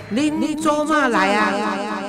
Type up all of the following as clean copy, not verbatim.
恁做嘛来啊？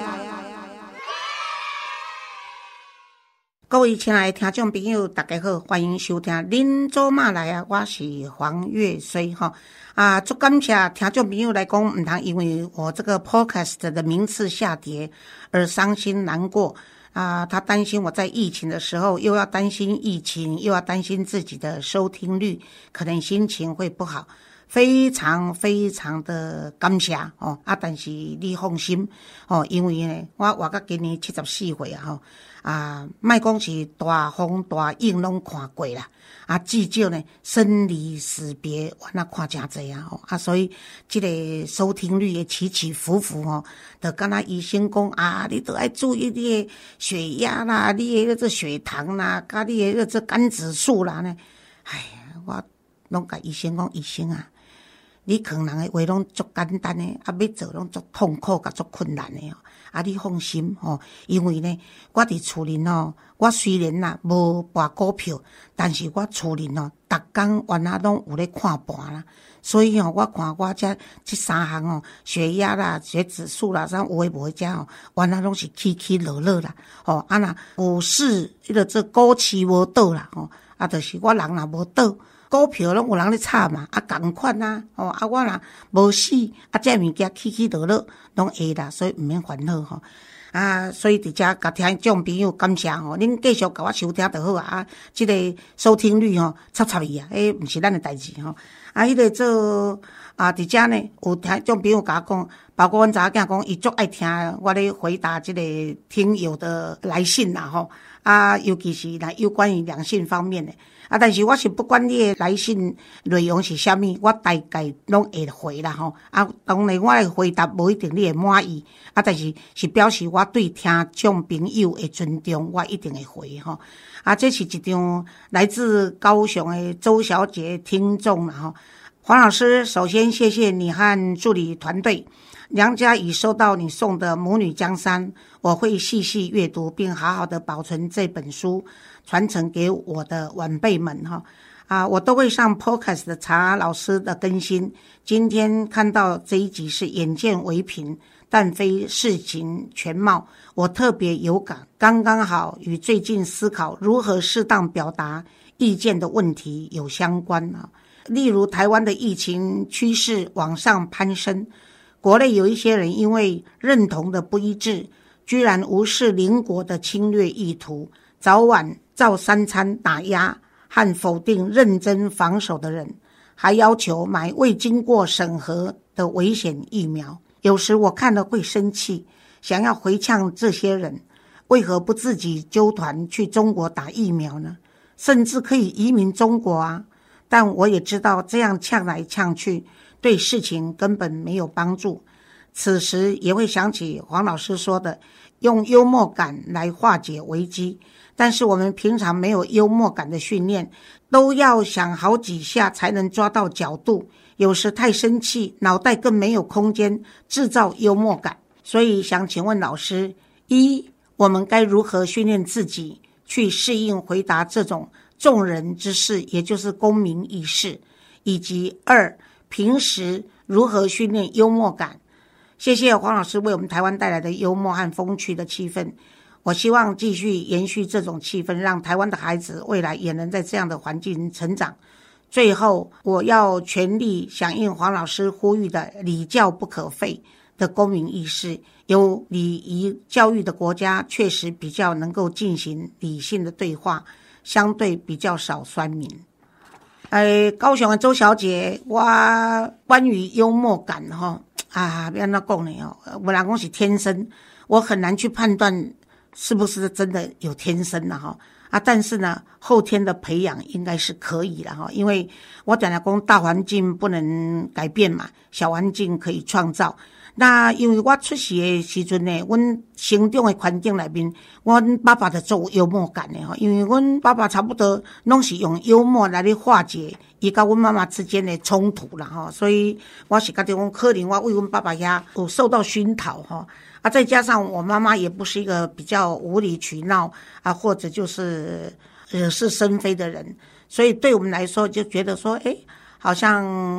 各位亲爱的听众朋友，大家好，欢迎收听恁做嘛来啊！我是黄月水哈足感谢听众朋友来讲，唔通因为我这个 podcast 的名次下跌而伤心难过他担心我在疫情的时候又要担心疫情，又要担心自己的收听率，可能心情会不好。非常非常的感谢但是你放心因为呢，我活到今年74岁莫讲是大风大影拢看过啦至少呢生离死别我那看真多所以这个收听率也起起伏伏就敢若医生讲你都要注意你的血压啦，你的这血糖啦，甲你的这肝指数啦呢。我拢甲医生讲，医生你可能的话拢足简单的要做拢足痛苦甲足困难的你放心因为呢我伫厝里我虽然无博股票，但是我厝里逐工原来拢有咧看盘啦，所以我看我这三项血压啦、血指数啦，啥有诶无诶这原来拢是起起落落啦若股市迄个这股市无倒啦就是我人若无倒，股票拢有人咧炒嘛同款我若无死这物件起起落落拢会啦，所以毋免烦恼所以伫遮甲听众朋友感谢恁继续甲我收听就好这个收听率插伊毋是咱的代志迄个做伫遮呢有听众朋友甲我讲，包括阮查某囝讲伊足爱听我咧回答这个听友的来信啦尤其是有关于两性方面的但是我是不管你的来信内容是啥物，我大概拢会回啦当然我的回答无一定你会满意但是表示我对听众朋友的尊重，我一定会回这是一张来自高雄的周小姐听众啦黄老师，首先谢谢你和助理团队，娘家已收到你送的《母女江山》，我会细细阅读并好好的保存这本书，传承给我的晚辈们我都会上 podcast 查老师的更新。今天看到这一集是眼见为凭，但非事情全貌，我特别有感，刚刚好与最近思考如何适当表达意见的问题有相关例如台湾的疫情趋势往上攀升，国内有一些人因为认同的不一致，居然无视邻国的侵略意图，早晚照三餐打压和否定认真防守的人，还要求买未经过审核的危险疫苗。有时我看了会生气，想要回呛这些人，为何不自己揪团去中国打疫苗呢？甚至可以移民中国但我也知道这样呛来呛去对事情根本没有帮助。此时也会想起黄老师说的，用幽默感来化解危机，但是我们平常没有幽默感的训练，都要想好几下才能抓到角度，有时太生气，脑袋更没有空间制造幽默感。所以想请问老师，一，我们该如何训练自己去适应回答这种众人之事，也就是公民意识，以及二，平时如何训练幽默感。谢谢黄老师为我们台湾带来的幽默和风趣的气氛，我希望继续延续这种气氛，让台湾的孩子未来也能在这样的环境成长。最后，我要全力响应黄老师呼吁的礼教不可废的公民意识，有礼仪教育的国家确实比较能够进行理性的对话，相对比较少酸民。高雄的周小姐，我关于幽默感要怎么讲呢有人讲是天生，我很难去判断是不是真的有天生但是呢后天的培养应该是可以的因为我常常讲大环境不能改变嘛，小环境可以创造。那因为我出世的时阵呢，阮成长的环境内面，阮爸爸就做幽默感的因为阮爸爸差不多拢是用幽默来咧化解伊甲阮妈妈之间的冲突啦所以我是觉得讲可能我为阮爸爸遐有受到熏陶再加上我妈妈也不是一个比较无理取闹或者就是惹是生非的人，所以对我们来说就觉得说好像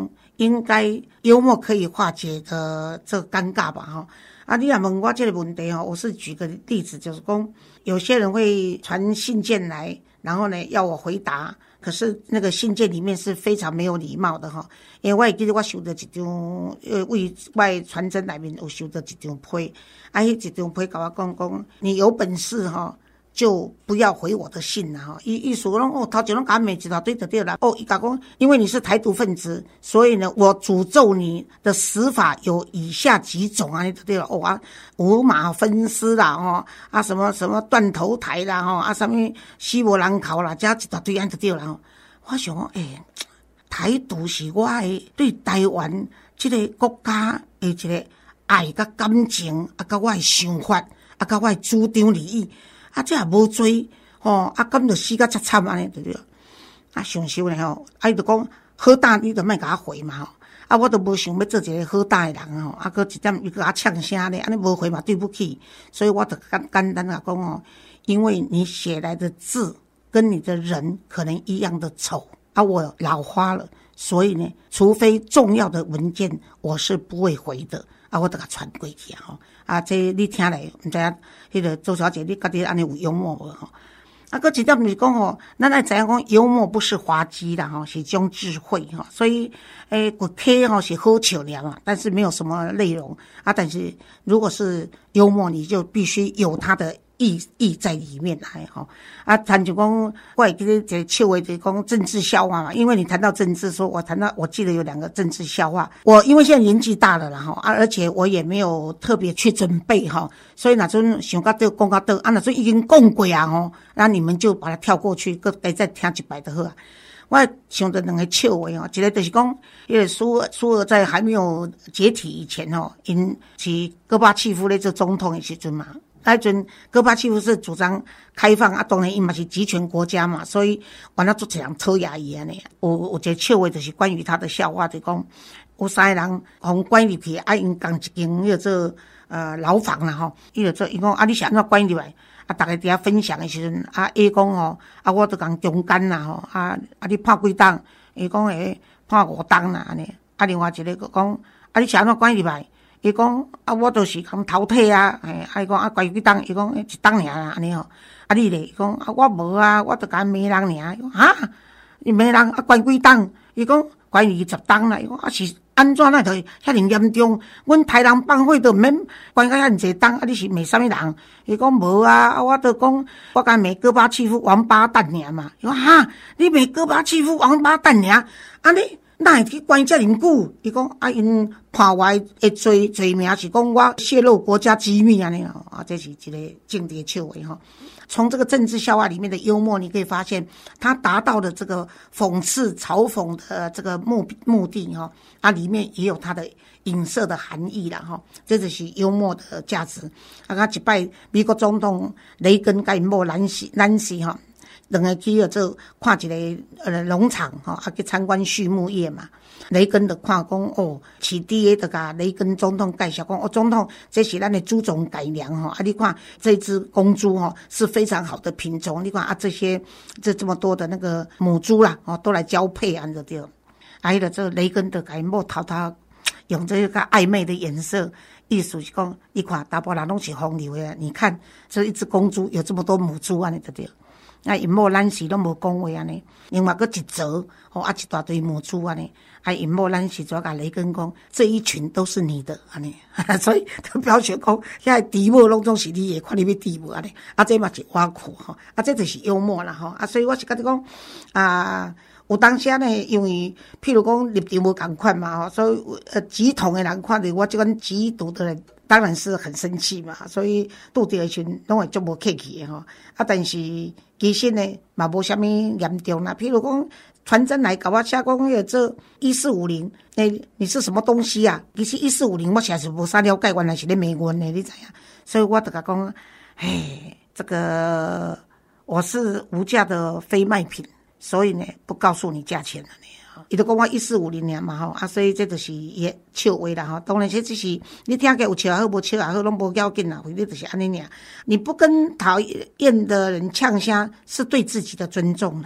应该幽默可以化解的这个尴尬吧哈。啊，你若问我这个问题哈，我是举个例子，就是讲有些人会传信件来，然后呢要我回答，可是那个信件里面是非常没有礼貌的哈。因为我会记得我收到一张，为我传真里面有收到一张批，啊，迄一张批甲我讲，你有本事哈，就不要回我的信啦哈，意思讲头前拢甲我骂一大堆就对了。伊甲讲，因为你是台独分子，所以呢，我诅咒你的死法有以下几种啊，就对了。啊，五马分尸啦，啊什么什么断头台啦，啊什么死无人口啦，加一大堆安就对了。我想讲，台独是我的对台湾这个国家的一个爱甲感情，啊，甲我的想法，啊，甲我的主张利益。啊，这也无做啊，咁就死甲遮惨安尼对不对？啊，上手呢吼，啊，伊就讲好打，你就莫甲我回嘛吼。啊，我都无想要做一个好打的人吼。啊，搁一点伊搁甲呛声咧，安尼无回嘛对不起。所以我就简单啊讲因为你写来的字跟你的人可能一样的丑啊，我老花了，所以呢，除非重要的文件，我是不会回的。啊，我就甲传过去吼。啊，这你听来，毋知影迄个周小姐，你家己安尼有幽默无吼？啊，搁一点就是讲吼，咱爱知影讲幽默不是滑稽啦吼，是一种智慧吼。所以，骨贴吼是好笑尔嘛，但是没有什么内容啊。但是如果是幽默，你就必须有它的意在里面来哈啊，谈就讲，我会记得一个笑话，就是讲政治笑话嘛。因为你谈到政治，说我记得有2个政治笑话。我因为现在年纪大了啦哈啊，而且我也没有特别去准备哈，所以那阵想到倒讲到倒啊，那阵已经讲过啊吼，那你们就把它跳过去，再听一摆就好啊。我想到2个笑话哦，一个就是讲，因为苏俄在还没有解体以前哦，因是戈巴契夫咧做总统的时阵嘛。那阵戈巴契夫是主张开放啊，当然因嘛是集权国家嘛，所以完了做一人讨厌伊安尼。有一个笑话就是关于他的笑话，就讲有3个人互关入去，啊因共一间迄做牢房啦吼，伊就做伊讲啊你是安怎关入来？啊，大家伫遐分享的时阵，啊 A 讲吼，啊我就共中间啦吼，啊你判几档？伊讲判5档啦安尼。啊另外一个讲啊你是安怎关入来？伊讲啊，我就是共偷睇啊，伊讲啊，关几档？伊讲1档尔啦，安尼吼。啊，你咧？伊讲啊，我无啊，我就甲骂人尔。伊讲哈，你骂人啊，关几档？伊讲关20档啦。伊讲啊，是安怎那就遐尼严重？阮台人帮会都毋免关到遐尼济档，啊，你是骂啥物人？伊讲无啊，啊，我就讲我甲骂戈巴契夫王八蛋尔嘛。伊讲哈，你骂戈巴契夫王八蛋尔？啊你？哪会去关遮尔久？伊讲啊，因判我的罪名是讲我泄露国家机密安尼啊，这是一个政治的笑话哈。从这个政治笑话里面的幽默，你可以发现，它达到了这个讽刺、嘲讽的这个目的哈。啊，里面也有它的影射的含义啦哈。这就是幽默的价值。啊，一摆美国总统雷根甲因某兰西哈。2个去做看一个农场吼，啊去参观畜牧业嘛。雷根就看讲饲猪的就甲雷根总统介绍讲，总统这是咱的猪种改良吼，啊你看这只公猪吼是非常好的品种，你看啊这么多的那个母猪啦都来交配啊就对了。啊，这雷根就甲因某偷用这个暧昧的颜色。意思是讲，你看大部分人拢是风流的，你看这一只公猪有这么多母猪安尼就对了。啊，因某咱时拢无讲话安尼，另外佫一则啊一大堆母猪安尼，啊因某咱时阵甲雷根讲，这一群都是你的安尼，所以他表示讲，遐猪母拢总是你的，看你要猪母安尼，啊这嘛是挖苦吼，啊这就是幽默啦吼，啊所以我是觉得讲啊。有当时呢，因为譬如讲立场无同款嘛，所以极统的人看到我这款极独的人，当然是很生气嘛，所以拄着的时阵拢会足无客气的吼。啊，但是其实呢，嘛无啥物严重啦。譬如讲传真来甲我写讲要做1450，你是什么东西啊？其实1450我实在是无啥了解，原来是咧骂阮的，你知影？所以我就甲讲，这个我是无价的非卖品。所以呢，不告诉你价钱了呢。伊就讲我1450年嘛吼，啊，所以这就是也笑话啦吼。当然这只是你听个有笑也好，无笑也好，拢无要紧啦。反正就是安尼尔。你不跟讨厌的人呛声，是对自己的尊重啦。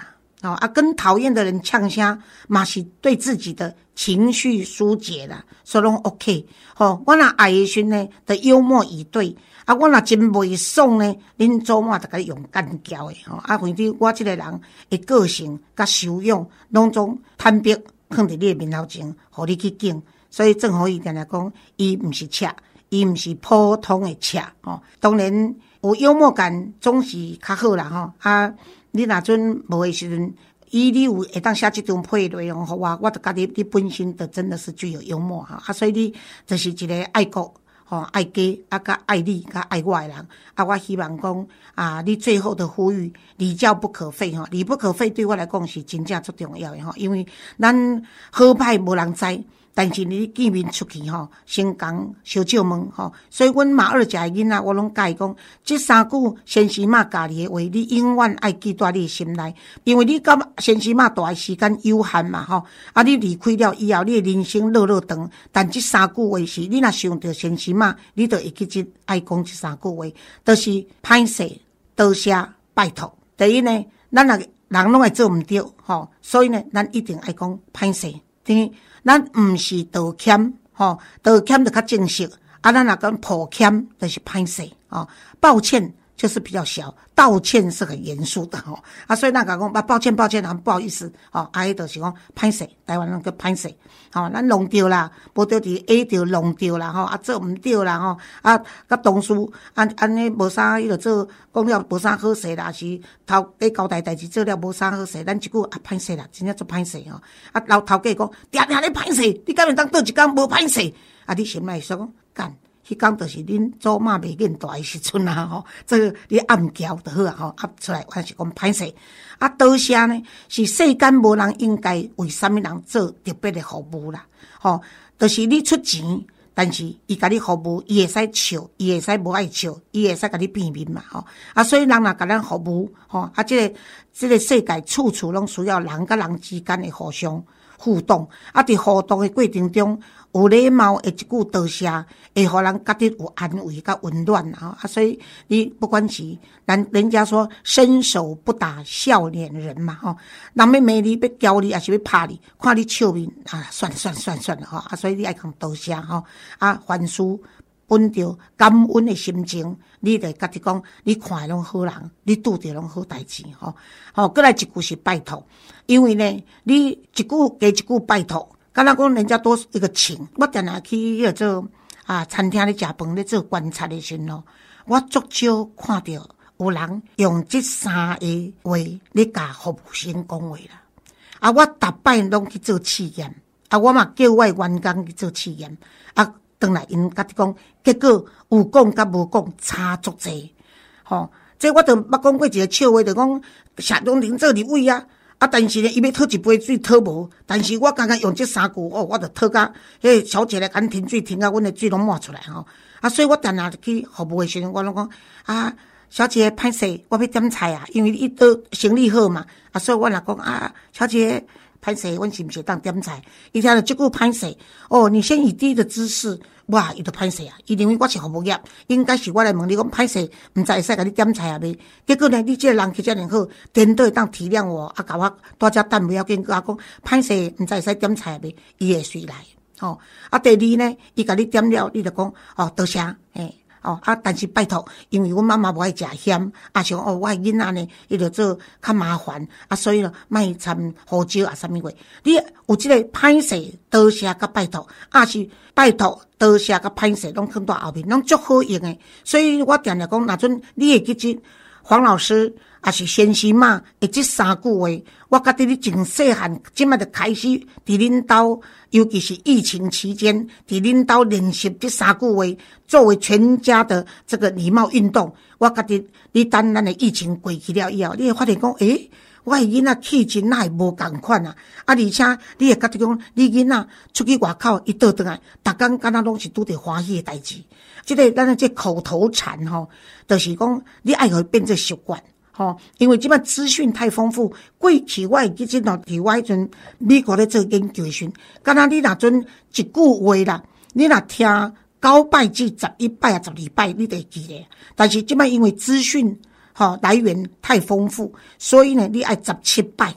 跟讨厌的人呛声嘛是对自己的情绪疏解啦，所以拢 OK。我若爱的时呢，就幽默以对。我若真袂爽呢，恁祖妈就甲你用干教的反正我这个人的个性甲修养，拢总坦白放伫你的面头前，互你去敬。所以郑和义定定讲，伊毋是赤，伊毋是普通的赤当然有幽默感总是较好啦你若阵无的时阵，你有会当写这种配内容互我就觉得你本身就真的是具有幽默所以你就是一个爱国爱家甲爱你甲爱我的人我希望讲你最后的呼吁，礼教不可废礼不可废对我来讲是真正最重要的因为咱好歹无人知。但是你见面出去先讲小少问所以阮马二甲的囡仔，我拢教伊讲，这三句先生妈教你的话，你永远爱记在你的心内，因为你甲先生妈大的时间有限嘛你离开了以后，你的人生乐乐长，但这三句话是你若想到先生妈，你就会记爱讲这三句话，就是歹势、多谢、拜托。第一呢，咱人拢会做毋对所以呢，咱一定爱讲歹势，等于咱毋是道歉道歉就较正式咱若讲抱歉就是歹势抱歉就是比较小，道歉是很严肃的所以咱讲抱歉不好意思迄就是讲歹势，台湾人叫歹势咱弄对啦，无对伫 A 着弄对啦做毋对啦甲同事安尼无啥就做讲了无啥好势啦，是头家交代代志做了无啥好势，咱一句歹势啦，真正做歹势老头家讲定定咧歹势，你敢会当倒一工无歹势你心内想讲干迄天就是恁祖妈未见大的时阵这个你暗交就好压出来还是讲歹势多谢呢是世间无人应该为什么人做特别的服务啦就是你出钱，但是伊甲你服务，伊会使笑，伊会使无爱笑，伊会使甲你变面嘛所以人若甲咱服务这个世界处处拢需要人甲人之间的互相互动伫互动的过程中，有礼貌的一句多谢，会互人觉得有安慰甲温暖所以你不管是人家说伸手不打笑脸人嘛人要骂你要教你还是要拍你，看你笑面算了所以你爱讲多谢凡事本着感恩的心情，你就觉得讲你看的拢好人，你拄着拢好代志过来一句是拜托，因为呢你一句加一句拜托，敢若讲人家多一个请。我定定去迄做餐厅咧食饭咧做观察的时候我足少看到有人用这三个话咧甲服务生讲话啦我逐摆拢去做试验我嘛叫我的员工去做试验转来因甲你讲，结果有讲甲无讲差足济这我就捌讲过一个笑话，就讲谢东林做立委但是呢伊要讨一杯水讨无，但是我刚刚用这三句我就讨甲迄小姐来敢停水停到阮的水拢满出来所以我定定去服务的时阵，我拢讲小姐歹势，我要点菜因为伊都生意好嘛所以我若讲小姐歹势，阮是毋是当点菜？伊听到这句歹势你先以低的姿势，哇，伊就歹势伊认为我是服务业，应该是我来问你讲歹势，毋知会使甲你点菜未？结果呢，你这个人气遮尔好，颠倒会当体谅我甲我大家等不要紧，甲我讲歹势，毋知会使点菜未？伊会随来第二呢，伊甲你点了，你就讲多谢但是拜托，因为阮妈妈无爱食咸想我的囡仔呢，伊就做较麻烦所以莫掺胡椒啥物话。你有这个歹势多谢甲拜托是拜托多谢甲歹势拢放在后面，拢足好用的。所以我定定讲，若阵你会记这黄老师是先生妈的这三句话，我觉得你从细汉现在就开始伫恁兜，尤其是疫情期间伫恁兜练习这三句话，作为全家的这个礼貌运动。我觉得你等咱的疫情过去了以后，你会发现讲我的囡仔气质哪会无共款而且你会觉得讲你囡仔出去外口一倒转来，逐工敢若拢是拄着欢喜的代志。这个咱的这口头禅就是讲你爱互变做习惯因为即摆资讯太丰富，过去我会记得伫我迄阵美国咧做研究时，敢若你若阵一句话啦，你若听9摆至11摆12摆，你就会记咧。但是即摆因为资讯来源太丰富，所以呢，你爱17摆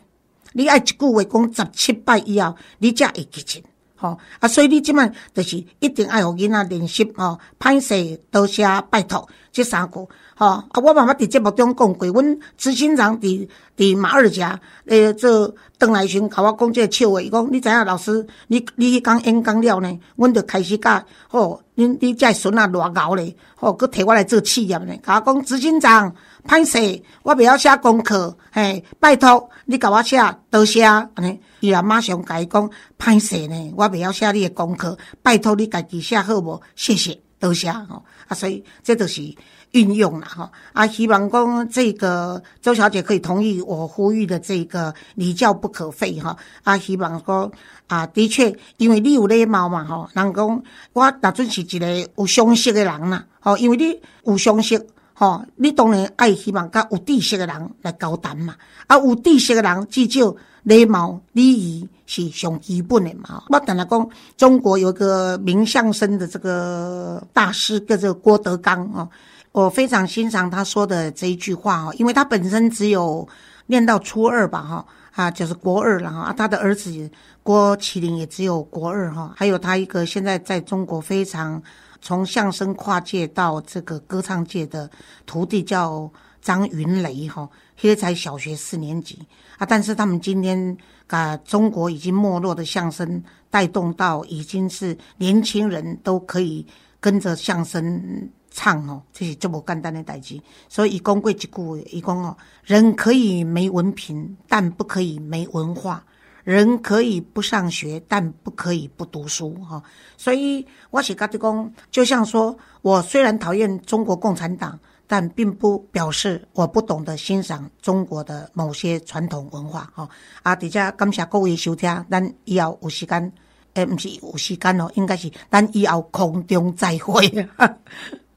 你爱一句话讲17摆以后，你才会记清。所以你即摆就是一定爱互囡仔练习歹势、多谢、拜托这3句。我妈妈伫节目中讲过，阮执行长伫马二甲做转来时甲我讲这个笑话，伊讲你知影老师，你迄天演讲了呢，阮就开始甲你这孙仔偌敖咧，佮摕我来做试验咧，甲我讲执行长歹势，我袂晓写功课，拜托你甲我写，多谢安尼。伊也马上甲伊讲歹势呢，我袂晓写你的功课，拜托你家己写好无？谢谢，多谢所以这就是运用啦希望讲这个周小姐可以同意我呼吁的这个礼教不可废希望说的确，因为你有礼貌嘛人讲我若准是一个有常识的人啦因为你有常识你当然爱希望甲有知识的人来交谈嘛有知识的人至少礼貌礼仪是上基本的嘛。我当然讲中国有一个名相声的这个大师叫做郭德纲我非常欣赏他说的这一句话因为他本身只有念到初2吧就是国2了他的儿子郭麒麟也只有国2还有他一个现在在中国非常从相声跨界到这个歌唱界的徒弟叫张云雷现在才小学4年级但是他们今天把中国已经没落的相声带动到已经是年轻人都可以跟着相声唱这是这么简单的代志。所以他讲过一句话，他讲人可以没文凭，但不可以没文化。人可以不上学，但不可以不读书所以我是跟你讲，就像说我虽然讨厌中国共产党，但并不表示我不懂得欣赏中国的某些传统文化在这感谢各位收听，咱以后有时间不是有时间应该是咱以后空中再会